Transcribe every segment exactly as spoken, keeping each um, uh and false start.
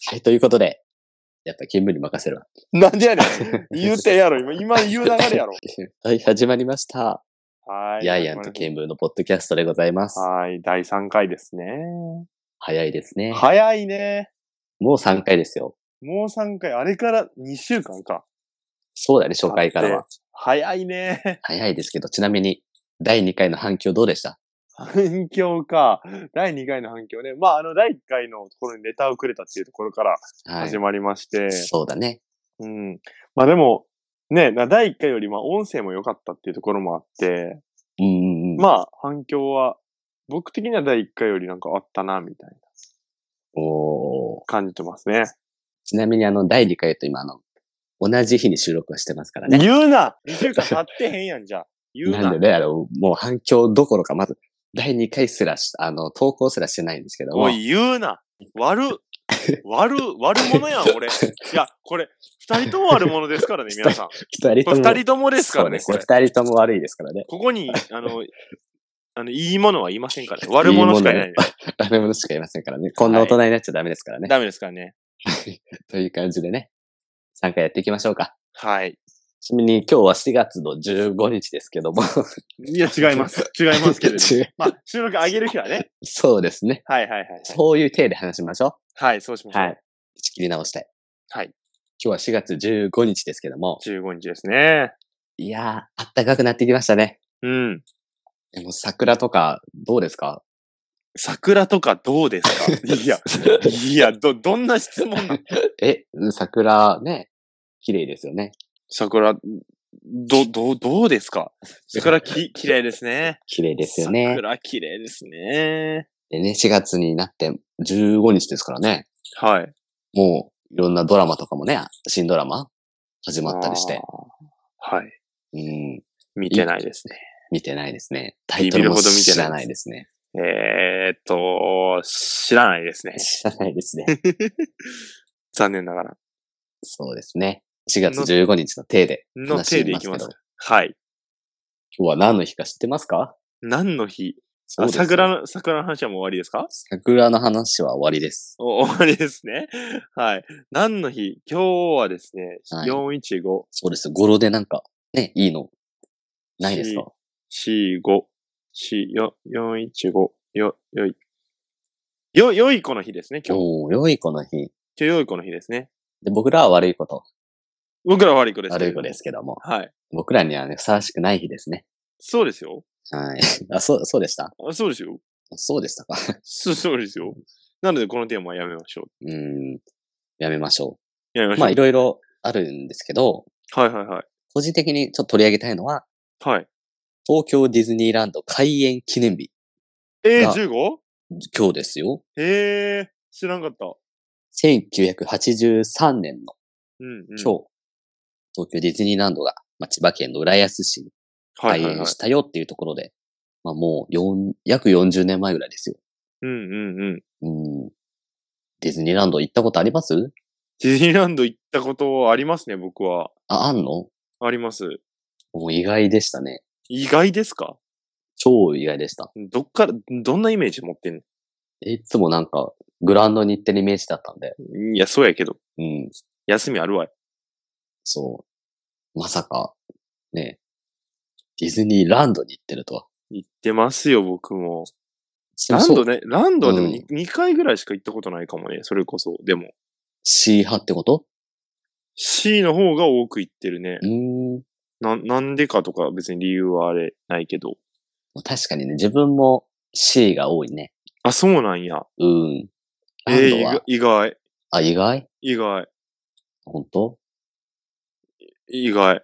はい、ということで、やっぱ見聞に任せるわ。 なんでやねん。言うてやろ、今、今言う流れやろ。 はい、始まりました。 はい。 ヤイアンと見聞のポッドキャストでございます。 はい、だいさんかいですね。 早いですね。 早いね。 もうさんかいですよ。 もうさんかい、あれからにしゅうかんか。 そうだね、初回からは。 早いね。 早いですけど、ちなみに、だいにかいの反響どうでした？ 反響か。だいにかいの反響ね。まあ、あの、だいいっかいのところにレターをくれたっていうところから始まりまして。はい、 そうだね。 うん。まあでも、ね、だいいっかいよりまあ音声も良かったっていうところもあって、 うんうんうん、 まあ、反響は、僕的にはだいいっかいよりなんかあったな、みたいな。 おー。 感じてますね。 ちなみにあの、だいにかいと今あの、同じ日に収録はしてますからね。 言うな !にしゅうかん経ってへんやん、じゃあ。言うな。 なんでね、あの、もう反響どころか、まず、だいにかいすらし、あの、投稿すらしてないんですけども。 おい、言うな悪悪悪者やん、俺。いや、これ、二人とも悪者ですからね、皆さん。 二人とも。 二人ともですからね、 そうですね。二人とも悪いですからね。 ここに、あの、あの、いいものはいませんからね。悪者しかいないね。 悪者しかいませんからね。こんな大人になっちゃダメですからね。 ダメですからね。 という感じでね、さんかいやっていきましょうか。 はい。 ちなみに今日はしがつのじゅうごにちですけども。 いや、違います。違いますけれども。まあ、収録上げる日はね。 そうですね。 はいはいはい、はい。 そういう体で話しましょう。 はい、そうしましょう。はい。 仕切り直したい。 はい。 今日はしがつじゅうごにちですけども。 じゅうごにちですね。 いやー、あったかくなってきましたね。 うん。 でも桜とかどうですか？ 桜とかどうですか？いや、いや、ど、どんな質問なの？ え、桜ね、綺麗ですよね。 桜、ど、ど、どうですか？桜き、綺麗ですね。 綺麗ですよね。 桜綺麗ですね。 でね、しがつになってじゅうごにちですからね。 はい。 もう、いろんなドラマとかもね、新ドラマ始まったりして。 はい。 うん。 見てないですね。 見てないですね。タイトルも知らないですね。 えーっと、知らないですね。 知らないですね。 残念ながら。 そうですね。しがつじゅうごにちの体での体でいきます。はい。 今日は何の日か知ってますか？ 何の日？あ、桜の、桜の話はもう終わりですか？ 桜の話は終わりです。 お、終わりですね。はい。何の日？今日はですね、はい、よんいちご。 そうです。語呂でなんか、ね、いいの、ないですか？ よんご。よ、よんいちご。よ、よい。よ、よい子の日ですね、今日。 おー、よい子の日。今日よい子の日ですね。 で、僕らは悪い子と。 僕らは悪い子です。 悪い子ですけども。 はい。 僕らにはね、ふさわしくない日ですね。 そうですよ。 はい。あ、そう、そうでしたあ、そうですよ。 そうでしたかそう、そうですよ。なので、このテーマはやめましょう。うん。やめましょう。やめましょう。 まあ、いろいろあるんですけど。 はいはいはい。 個人的にちょっと取り上げたいのは。 はい。 東京ディズニーランド開園記念日。 えー、じゅうご? 今日ですよ。 へえ、知らんかった。 せんきゅうひゃくはちじゅうさんねんの、 うんうん、 今日、東京ディズニーランドが、まあ、千葉県の浦安市に開園したよっていうところで、はいはいはい、まあもうよん、約よんじゅうねんまえぐらいですよ。 うんうんうん。 うん。ディズニーランド行ったことあります？ ディズニーランド行ったことありますね、僕は。 あ、あんの？ あります。 もう意外でしたね。 意外ですか？ 超意外でした。 どっから、どんなイメージ持ってんの？ いつもなんか、グラウンドに行ってるイメージだったんで。 いや、そうやけど。 うん。 休みあるわい。 そう。まさか、ね、ディズニーランドに行ってるとは。 行ってますよ、僕も。ランドね、ランドはでも 2,、うん、にかいぐらいしか行ったことないかもね、それこそ。でも。 C 派ってこと？ C の方が多く行ってるね。 うーん。 な、なんでかとか別に理由はあれないけど。 確かにね、自分も C が多いね。 あ、そうなんや。 うん。 えー、意外。 あ、意外？ 意外。 本当？ 意外。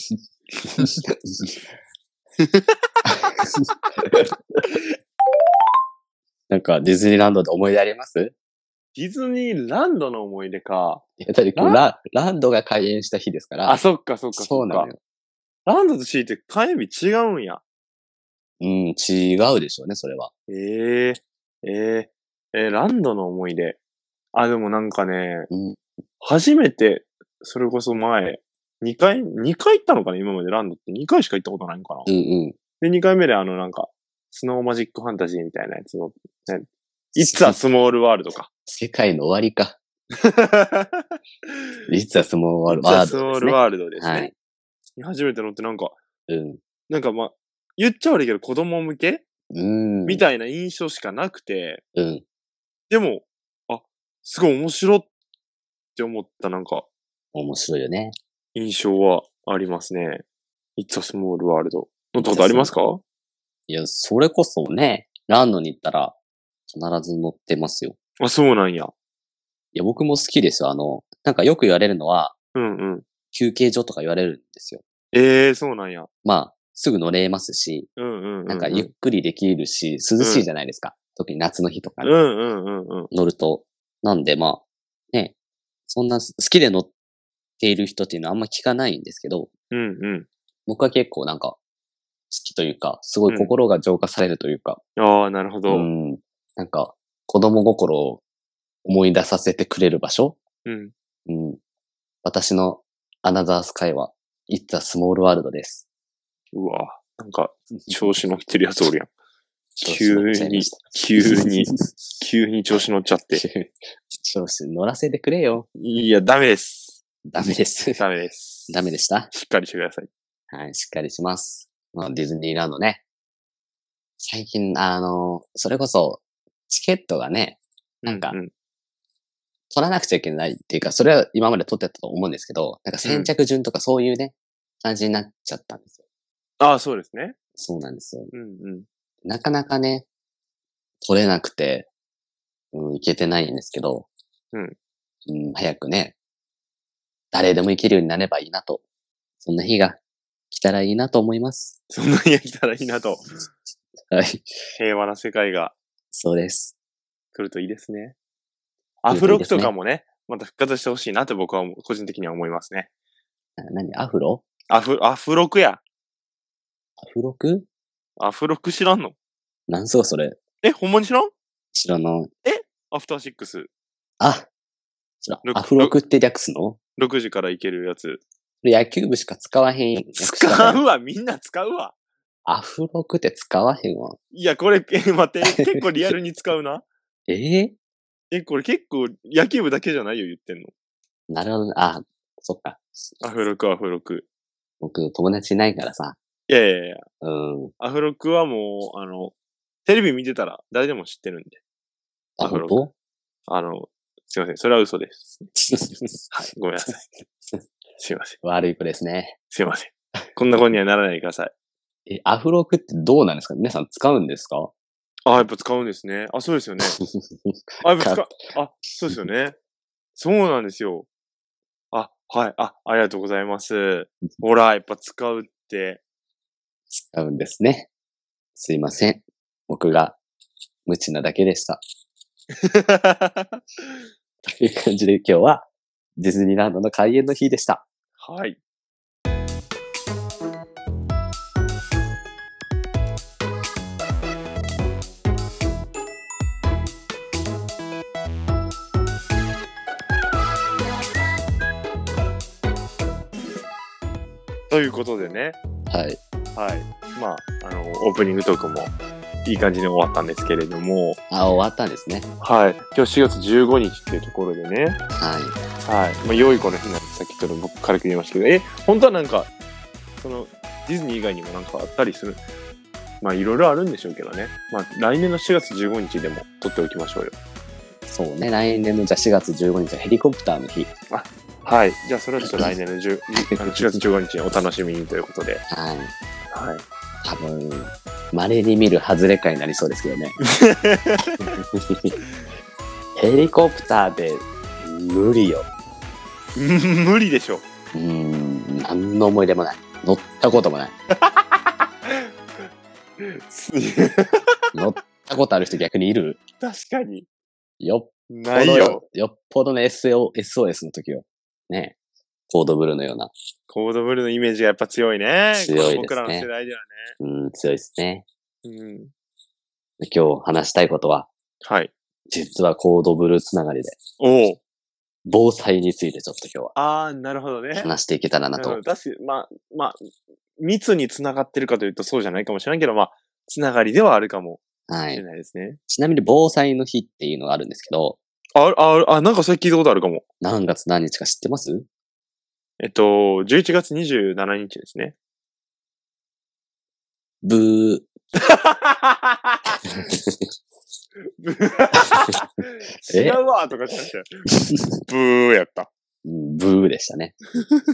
なんかディズニーランドで思い出あります？ ディズニーランドの思い出か。 いや、だってラ、ランドが開園した日ですから。 あ、そっかそっかそっか。 そうなのよ。 ランドと C って開園日違うんや。 うん、違うでしょうね、それは。 ええー、えー、えー、ランドの思い出。あ、でもなんかね、 うん、 初めて、それこそ前、にかい、にかい行ったのかな今までランドってにかいしか行ったことないのかな。 うんうん。 で、にかいめであのなんか、スノーマジックファンタジーみたいなやつを、ね、It's a Small World か。 世界の終わりか。 実はスモールワールドですね。 スモールワールドですね。 はい。 初めてのってなんか、 うん。 なんかまあ、言っちゃ悪いけど子供向けうん。 みたいな印象しかなくて、 うん。 でも、あ、すごい面白って思ったなんか、 面白いよね。 印象はありますね。It's a Small World。乗ったことありますか？ いや、それこそね、ランドに行ったら必ず乗ってますよ。 あ、そうなんや。 いや、僕も好きですよ。あの、なんかよく言われるのは、 うんうん。 休憩所とか言われるんですよ。 ええー、そうなんや。 まあ、すぐ乗れますし、 うんうんうん、うん。 なんかゆっくりできるし、涼しいじゃないですか。特に夏の日とかにうんうんうんうん。 乗ると。なんでまあ、ね、そんな好きで乗っている人っていうのはあんま聞かないんですけど、 うんうん。 僕は結構なんか好きというか、すごい心が浄化されるというか、 ああ、なるほうど。 ん、なんか子供心を思い出させてくれる場所、 うん。 うん、私のアナザースカイは、It's a Small World です。 うわ、なんか、調子乗ってるやつおるやん。急調子乗っちゃいまにした、 急に、急に調子乗っちゃって。 調子乗らせてくれよ。 いや、ダメです。 ダメです。 ダメです。 ダメでした。 しっかりしてください。 はい、しっかりします。まあ、ディズニーランドね。最近、あの、それこそ、チケットがね、なんかう、ん。 取らなくちゃいけないっていうか、それは今まで取ってたと思うんですけど、なんか先着順とかそういうね、感じになっちゃったんですよ。 ああ、そうですね。 そうなんですよ。 うんうん。 なかなかね、取れなくて、うん、いけてないんですけど、 うん。 うん、早くね、誰でも行けるようになればいいなと。そんな日が来たらいいなと思います。 そんなに来たらいいなと。 はい。 平和な世界がそうです。 来るといいですね。アフロクとかもね、また復活してほしいなって僕は個人的には思いますね。 な何アフロアフ、アフロクや。 アフロクアフロク知らんの？ なんすかそれ。 え、ほんまに知らん？ 知らない。 えアフターシックス。 あ、知らん。 ろアフロクって略すの？ ろくじから行けるやつ。 野球部しか使わへん。 使うわ、みんな使うわ。 アフロクって使わへんわ。 いや、これ、え、待って、結構リアルに使うな。 えええ、これ結構野球部だけじゃないよ、言ってんの。 なるほどね。あ、そっか。 アフロク、アフロク。 僕、友達いないからさ。 いやいやいや。 うん。 アフロクはもう、あの、テレビ見てたら誰でも知ってるんで。 あ、 アフロ本ク。あの、すいません。それは嘘です。 当はい。ごめんなさい。すいません。 悪い子ですね。 すいません。こんな子にはならないでください。 え、アフロクってどうなんですか？皆さん使うんですか？ あ、やっぱ使うんですね。あ、そうですよね。あ、やっぱ使う、あ、そうですよね。そうなんですよ。あ、はい。あ、ありがとうございます。ほら、やっぱ使うって。 使うんですね。すいません。僕が無知なだけでした。という感じで今日はディズニーランドの開園の日でした。 はい。ということでね。 はい。 はい。まあ、あの、オープニングトークもいい感じに終わったんですけれども。 あ、終わったんですね。 はい。今日しがつじゅうごにちっていうところでね。 はい。 はい。まあ、良い子の日なんで、さっきちょっと僕軽く言いましたけど、え、本当はなんか、その、ディズニー以外にもなんかあったりする？まあ、いろいろあるんでしょうけどね。まあ、来年のしがつじゅうごにちでも撮っておきましょうよ。 そうね。来年のじゃあしがつじゅうごにちはヘリコプターの日。 あ、はい。じゃあ、それはちょっと来年の10あのしがつじゅうごにちにお楽しみにということで。 はい。 はい。 多分、稀に見る外れ会になりそうですけどね。ヘリコプターで無理よ。 無理でしょ。 うーん、何の思い出もない。乗ったこともない。乗ったことある人逆にいる？ 確かに。 よっないよ。 よっぽどの エスオーエス の時よ。ね。コードブルーのような。 コードブルーのイメージがやっぱ強いね。 強いですね。 僕らの世代ではね。 うん、強いですね。 うん。 今日話したいことは、 はい。 実はコードブルーつながりで、 おお。 防災についてちょっと今日ああ、なるほどね。 は話していけたらなと。 確かに、まあ、まあ、密に繋がってるかというとそうじゃないかもしれないけど、まあ、つながりではあるかもはい。 しれないですね。 ちなみに防災の日っていうのがあるんですけど、 あ、あ、あ、なんかそれ聞いたことあるかも。 何月何日か知ってます？ えっと、じゅういちがつにじゅうしちにちですね。 ブー。 違うわとかじゃなくて、ブーやった。 ブーでしたね。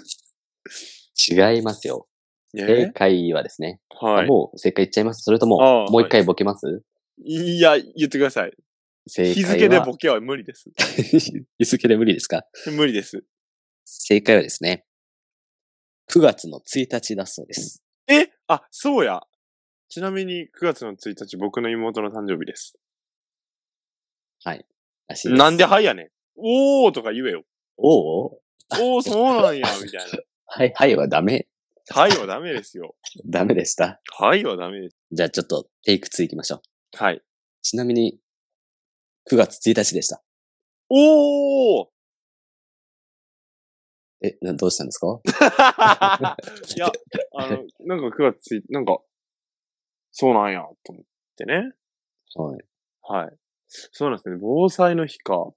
違いますよ。正解はですね。はい。もう正解言っちゃいます？それとも、もう一回ボケます？ いや、言ってください。正解は日付でボケは無理です。 日付で無理ですか？ 無理です。 正解はですね、くがつのついたちだそうです。 え？あ、そうや。ちなみにくがつのついたち、僕の妹の誕生日です。 はい。らしいです。 なんではいやねん。おーとか言えよ。 おーおー、そうなんや、みたいな。 はい、はいはダメ。 はいはダメですよ。 ダメでした。 はいはダメです。 じゃあちょっとテイクツー行きましょう。 はい。 ちなみに、くがつついたちでした。 おーえ、な、どうしたんですか？ いや、あの、なんかくがつつい、なんか、そうなんや、と思ってね。 はい。 はい。そうなんですね。防災の日か。 はい。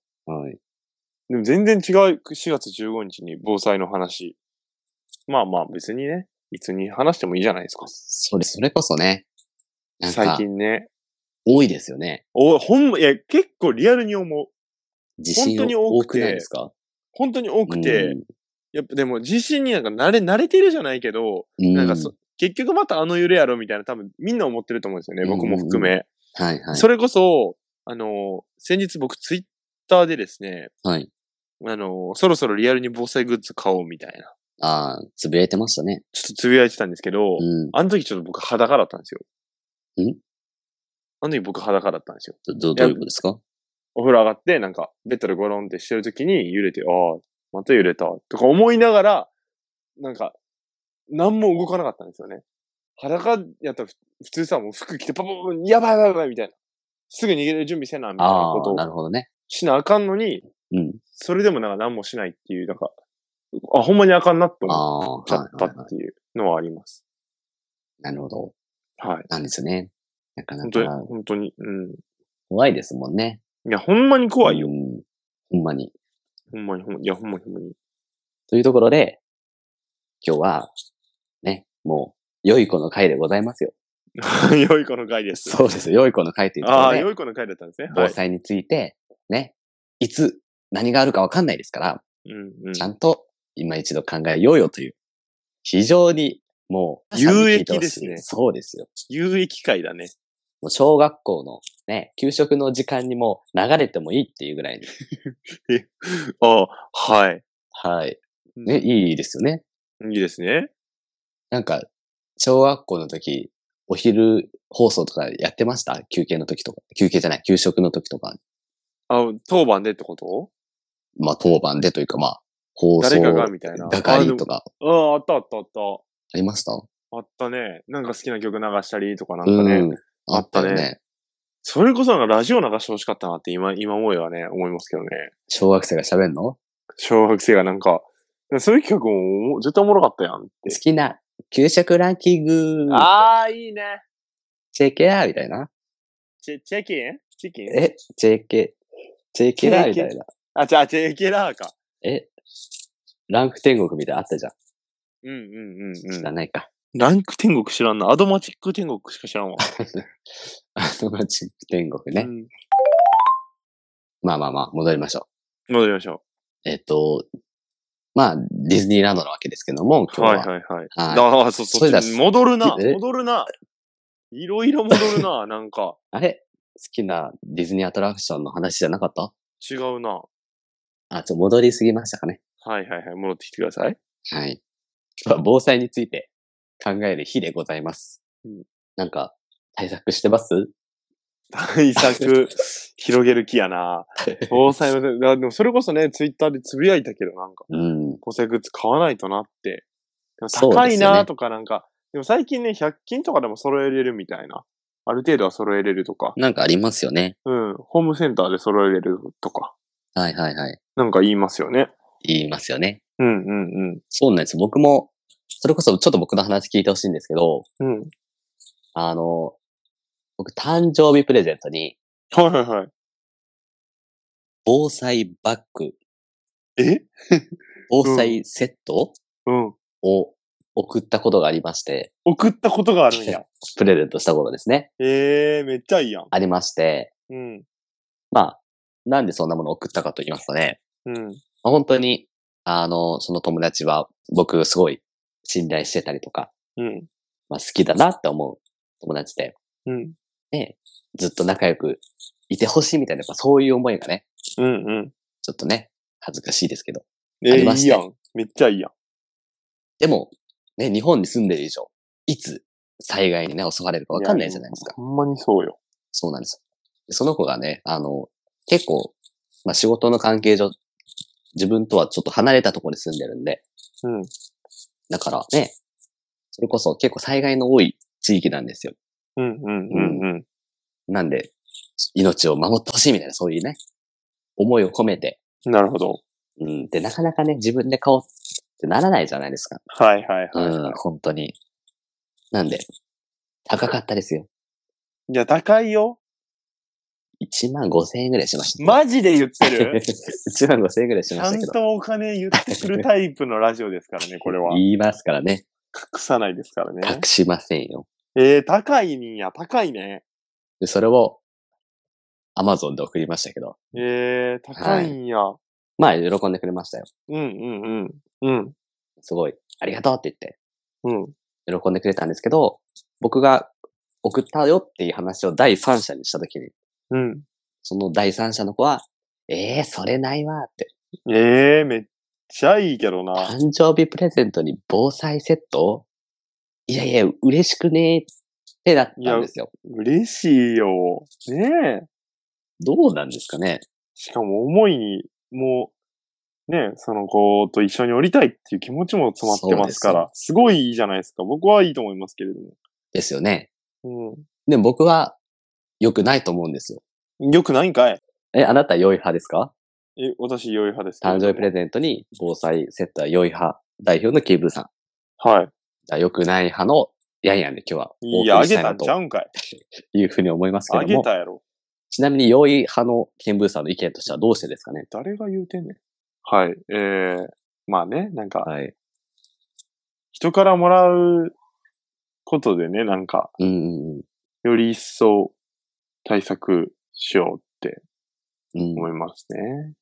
でも全然違うしがつじゅうごにちに防災の話。まあまあ別にね、いつに話してもいいじゃないですか。 それ、それこそね。 なんか最近ね。 多いですよね。 お、ほんま、いや、結構リアルに思う。 地震本当に多くないですか？ 本当に多くて、やっぱでも地震になんか慣れ、慣れてるじゃないけど、なんかそ、結局またあの揺れやろみたいな多分みんな思ってると思うんですよね。僕も含め。 はいはい。 それこそ、あの、先日僕ツイッターでですね、 はい。 あの、そろそろリアルに防災グッズ買おうみたいな。 ああ、つぶやいてましたね。 ちょっとつぶやいてたんですけど、 うん、 あの時ちょっと僕裸だったんですよ。 んあの時僕裸だったんですよ。 ど、どういうことですか？ お風呂上がって、なんか、ベッドでゴロンってしてる時に揺れて、ああ、また揺れた、とか思いながら、なんか、何も動かなかったんですよね。裸やったら普通さ、もう服着てパパパパ、やばいやばいやばいみたいな。すぐ逃げる準備せな、みたいなことを。 なるほどね。 しなあかんのに、 うん。 それでもなんか何もしないっていう、なんか、あ、ほんまにあかんなって思っちゃったっていうのはあります。 なるほど。 はい。 なんですね。なかなか。本当に、本当に、うん。 怖いですもんね。 いや、ほんまに怖いよ。 ほんまに。 ほんまに、ほんまに、いや、ほんまに、ほんまに。 というところで、今日は、ね、もう、良い子の会でございますよ。 良い子の会です。 そうです。良い子の会というところで。 ああ、良い子の会だったんですね。 防災について、ね、いつ、何があるかわかんないですから、 うんうん、 ちゃんと、今一度考えようよという、非常に、もう、 有益ですね。 そうですよ。 有益会だね。 もう小学校のね、給食の時間にも流れてもいいっていうぐらいに。 え、ああ、はい。 はい。ね、いいですよね。 いいですね。 なんか、小学校の時、お昼放送とかやってました？休憩の時とか。休憩じゃない、給食の時とか。 あ、当番でってこと？ まあ、当番でというか、まあ、放送誰かがみたいな。 係とか。 ああ、あったあったあった。 ありました？ あったね。なんか好きな曲流したりとかなんかね。うん、 あったね。ねそれこそなんかラジオ流してほしかったなって今、今思いはね、思いますけどね。 小学生が喋んの？ 小学生がなんか、そういう企画も絶対おもろかったやんって。 好きな給食ランキング。 ああ、いいね。 チェケラーみたいな。 チェ、チェキンチキンえ、チェケ、チェケラーみたいな。 あ、じゃあ、チェケラーか。 え、ランク天国みたいなあったじゃん。 うんうんうんうん。 知らないか。 ランク天国知らんな。アドマチック天国しか知らんわ。 アドマチック天国ね。うん、まあまあまあ、戻りましょう。戻りましょう。えっと、まあ、ディズニーランドなわけですけども、今日は。はいはいはい。はい、ああ、そうそう。戻るな。戻るな。いろいろ戻るな、なんか。 あれ好きなディズニーアトラクションの話じゃなかった？ 違うな。 あ、ちょ、戻りすぎましたかね。 はいはいはい。戻ってきてください。 はい。今日は防災について考える日でございます。うん、なんか、対策してます？ 対策、広げる気やな。防災の、でもそれこそね、ツイッターでつぶやいたけど、なんか、うん、防災グッズ買わないとなって。高いなとかなんか、でも最近ね、ひゃく均とかでも揃えれるみたいな。ある程度は揃えれるとか。 なんかありますよね。 うん。ホームセンターで揃えれるとか。 はいはいはい。 なんか言いますよね。 言いますよね。 うんうんうん。 そうなんです。僕も、それこそちょっと僕の話聞いてほしいんですけど、 うん。 あの、僕誕生日プレゼントに、 はいはいはい。 防災バッグ、 え防災セットうん。 を送ったことがありまして、 送ったことがあるんや。 プレゼントしたことですね。 ええー、めっちゃいいやん。 ありまして、 うん。 まあ、なんでそんなものを送ったかと言いますとね、 うん。 まあ、本当に、あの、その友達は僕すごい信頼してたりとか、 うん。 まあ好きだなって思う友達で、 うん。 で、ずっと仲良くいてほしいみたいな、やっぱそういう思いがね、 うんうん。 ちょっとね、恥ずかしいですけど、 えー、 ありましていいやん。めっちゃいいやん。 でも、ね、日本に住んでる以上、いつ災害にね、襲われるかわかんないじゃないですか。 ほんまにそうよ。 そうなんですよ。でその子がね、あの、結構、まあ仕事の関係上、自分とはちょっと離れたところに住んでるんで、 うん。 だからね、それこそ結構災害の多い地域なんですよ。 うんうんうんうん。 なんで、命を守ってほしいみたいな、そういうね、思いを込めて、 なるほど。 うん。で、なかなかね、自分で買おうってならないじゃないですか。 はいはいはい、 うん、 はい。 本当に。なんで、高かったですよ。 いや、高いよ。 いちまんごせんえんぐらいしました。 マジで言ってるいちまんごせんえんぐらいしちましたけど。 ゃんとお金言ってくるタイプのラジオですからね、これは。 言いますからね。 隠さないですからね。 隠しませんよ。 えー、高いんや、高いね。 で、それを、アマゾンで送りましたけど。 えー、高いんや。はまあ、喜んでくれましたよ。 うんうんうん。うん。 すごい、ありがとうって言って、 うん。 喜んでくれたんですけど、僕が送ったよっていう話を第三者にしたときに、 うん。 その第三者の子は、ええー、それないわって。 ええー、めっちゃいいけどな。 誕生日プレゼントに防災セットいやいや、嬉しくねーってなったんですよ。 嬉しいよ。ねえ。 どうなんですかね。 しかも思いに、もう、ね、その子と一緒に降りたいっていう気持ちも詰まってますから、すごいいいじゃないですか。僕はいいと思いますけれども。 ですよね。 うでも僕は良くないと思うんですよ。 ん。よくないんかい。 え、あなた良い派ですか？ え、私良い派ですけれども。 誕生日プレゼントに防災セットは良い派。代表のケーブルさん。 はい。 じゃあ良くない派のヤンヤンで今日はおいや、あげた送りしたいなんとちゃうんかい。 いうふうに思いますけあども。 げたやろ。 ちなみに良い派のケンブーさんの意見としてはどうしてですかね？ 誰が言うてんねん。はい。えー、まあね、なんか、 はい。 人からもらうことでね、なんか、 うんうんうん。 より一層対策しようってうん思いますね。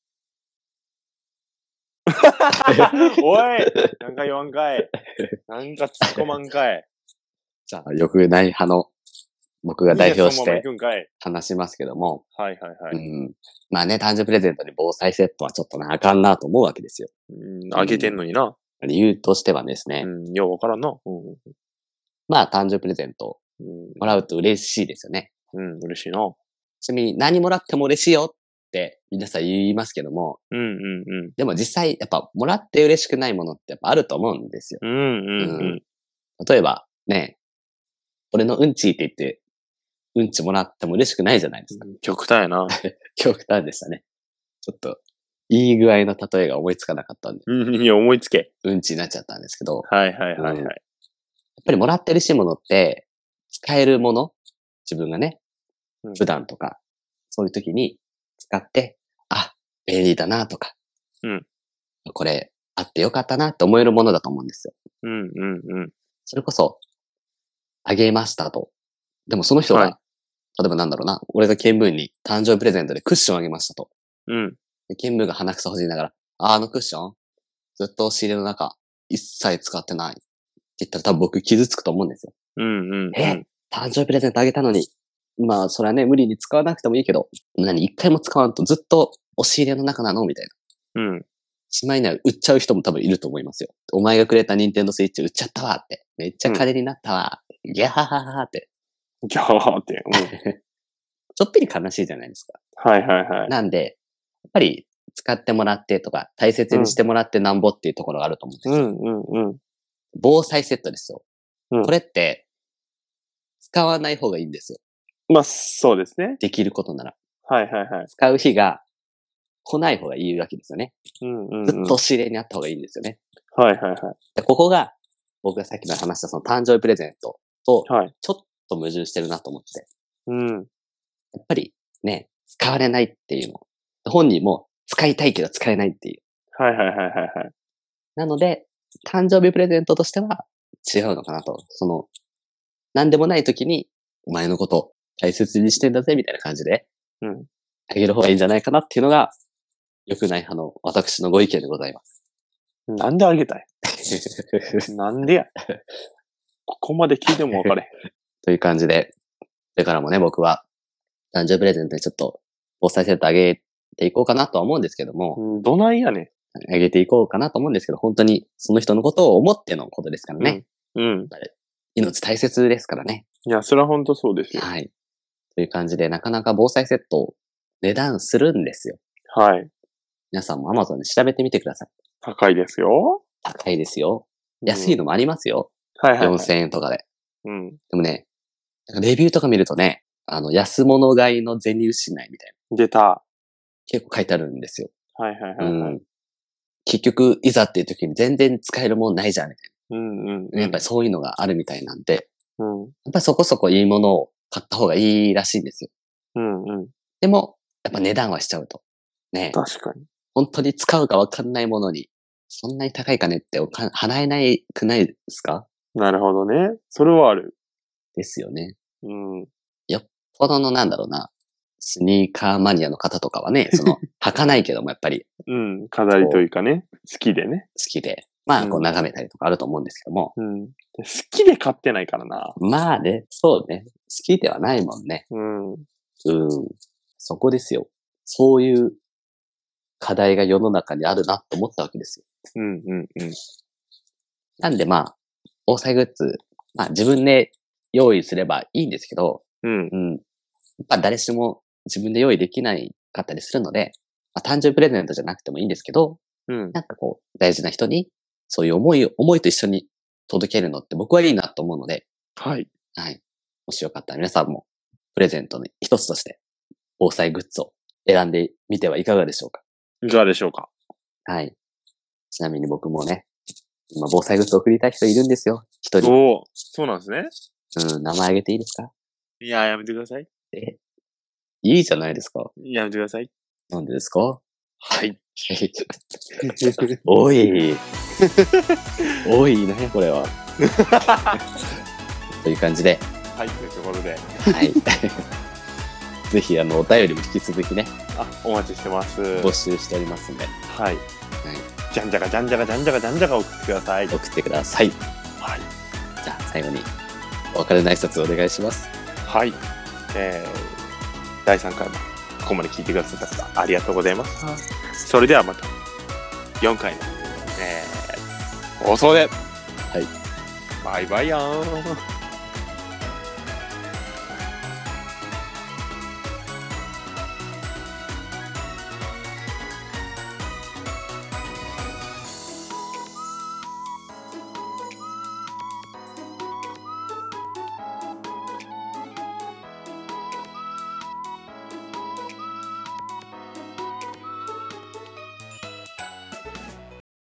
おいなんか言わんかい。なんか突っ込まんかい。 じゃあ、良くない派の僕が代表しいいねそのままて行くんかい。 話しますけども。 はいはいはい。 うん。まあね、誕生日プレゼントに防災セットはちょっとな、あかんなと思うわけですよ。 うん、あげてんのにな。 理由としてはですね。 うん、ようわからんな。うん。 まあ、誕生日プレゼントうん、 もらうと嬉しいですよね。 うん、嬉しいな。 ちなみに何もらっても嬉しいよって皆さん言いますけども、 うんうんうん。 でも実際やっぱもらって嬉しくないものってやっぱあると思うんですよ。 うんうんうん。 例えばね、俺のうんちって言って、うんちもらっても嬉しくないじゃないですか。 極端やな。 極端でしたね。ちょっと、いい具合の例えが思いつかなかったんで、 うん、いや、思いつけ。 うんちになっちゃったんですけど、 はいはいはいはい。 うんやっぱりもらって嬉しいものって、使えるもの自分がね、 うん普段とか、そういう時に使って、あ、便利だなとか、 うん。 これ、あってよかったなって思えるものだと思うんですよ。 うんうんうん。 それこそ、あげましたと。でもその人が、 はい例えばなんだろうな、俺がケンブーに誕生日プレゼントでクッションあげましたと。 うん。 でケンブーが鼻くそほじりながら、あ、あのクッションずっと押し入れの中、一切使ってない。って言ったら多分僕傷つくと思うんですよ。 うんうんうん。 え、誕生日プレゼントあげたのに、まあ、それはね、無理に使わなくてもいいけど、何、一回も使わんとずっと押し入れの中なのみたいな。 うん。 しまいには売っちゃう人も多分いると思いますよ。お前がくれたニンテンドースイッチ売っちゃったわって。めっちゃ金になったわ。ギャハハハって。 ギャーって。うん、 ちょっぴり悲しいじゃないですか。 はいはいはい。 なんで、やっぱり使ってもらってとか、大切にしてもらってなんぼっていうところがあると思うんですよ。 うんうんうん。 防災セットですよ。 うんこれって、使わない方がいいんですよ。 まあ、そうですね。 できることなら。 はいはいはい。 使う日が来ない方がいいわけですよね。 うんうん、うん。 ずっと指令にあった方がいいんですよね。 はいはいはい。 でここが、僕がさっきの話したその誕生日プレゼントと、 はい。 ちょっと矛盾してるなと思って。 うん。 やっぱりね、使われないっていうの、 本人も使いたいけど使えないっていう。 はいはいはいはいはい。 なので、誕生日プレゼントとしては違うのかなと。その、なんでもない時に、お前のこと大切にしてんだぜみたいな感じで、 うん。 あげる方がいいんじゃないかなっていうのが、良くない派の私のご意見でございます。 なんであげたいなんでやここまで聞いても分かれへん。 という感じで、これからもね、僕は、誕生日プレゼントにちょっと、防災セットあげていこうかなとは思うんですけども、 うん、どないやねん。 あげていこうかなと思うんですけど、本当にその人のことを思ってのことですからね。 うん。うん。 命大切ですからね。 いや、それは本当そうですよ。 はい。という感じで、なかなか防災セット、値段するんですよ。 はい。 皆さんも Amazon で調べてみてください。 高いですよ。 高いですよ。安いのもありますよ。 はいはい、はい。 よんせんえんとかで。 うん。 でもね、レビューとか見るとね、あの、安物買いの銭失いみたいな。 出た。 結構書いてあるんですよ。 はいはいはい、はい、 うん。結局、いざっていう時に全然使えるもんないじゃん、みたいな。うんうん、うん。 やっぱりそういうのがあるみたいなんで、 うん。 やっぱりそこそこいいものを買った方がいいらしいんですよ。 うんうん。 でも、やっぱ値段はしちゃうと。ね。 確かに。 本当に使うかわかんないものに、そんなに高い金っておか払えないくないですか？ なるほどね。それはある。 ですよね。 うん。 よっぽどのなんだろうな、スニーカーマニアの方とかはね、その、履かないけどもやっぱり。 うん。飾りというかね。好きでね。 好きで。まあ、こう眺めたりとかあると思うんですけども。 うん。好きで買ってないからな。 まあね、そうね。好きではないもんね。 うん。 うん。そこですよ。そういう課題が世の中にあるなと思ったわけですよ。 うんうんうん。 なんでまあ、防災グッズ、まあ自分で用意すればいいんですけど、 うん。 うん。やっぱ誰しも自分で用意できないかったりするので、まあ、誕生日プレゼントじゃなくてもいいんですけど、 うん。 なんかこう、大事な人に、そういう思いを、思いと一緒に届けるのって僕はいいなと思うので、 はい。 はい。もしよかったら皆さんも、プレゼントの一つとして、防災グッズを選んでみてはいかがでしょうか。 いかがでしょうか。 はい。ちなみに僕もね、今防災グッズを送りたい人いるんですよ。一人。 おお、そうなんですね。 うん、名前あげていいですか？ いや、やめてください。 え、いいじゃないですか。 やめてください。 なんでですか？ はい。 おい。おいね、これは。という感じで。 はい、というところで。 はい。ぜひ、あの、お便りも引き続きね。 あ、お待ちしてます。 募集しておりますんで。 はい。はい。じゃんじゃかじゃんじゃかじゃんじゃかじゃんじゃか送ってください。 送ってください。 はい。 じゃあ、最後に、お別れの挨拶をお願いします。 はい。えー、だいさんかいもここまで聞いてくださった方、ありがとうございます。それではまた、よんかいの、えー、放送で。 はい。 バイバイやーん。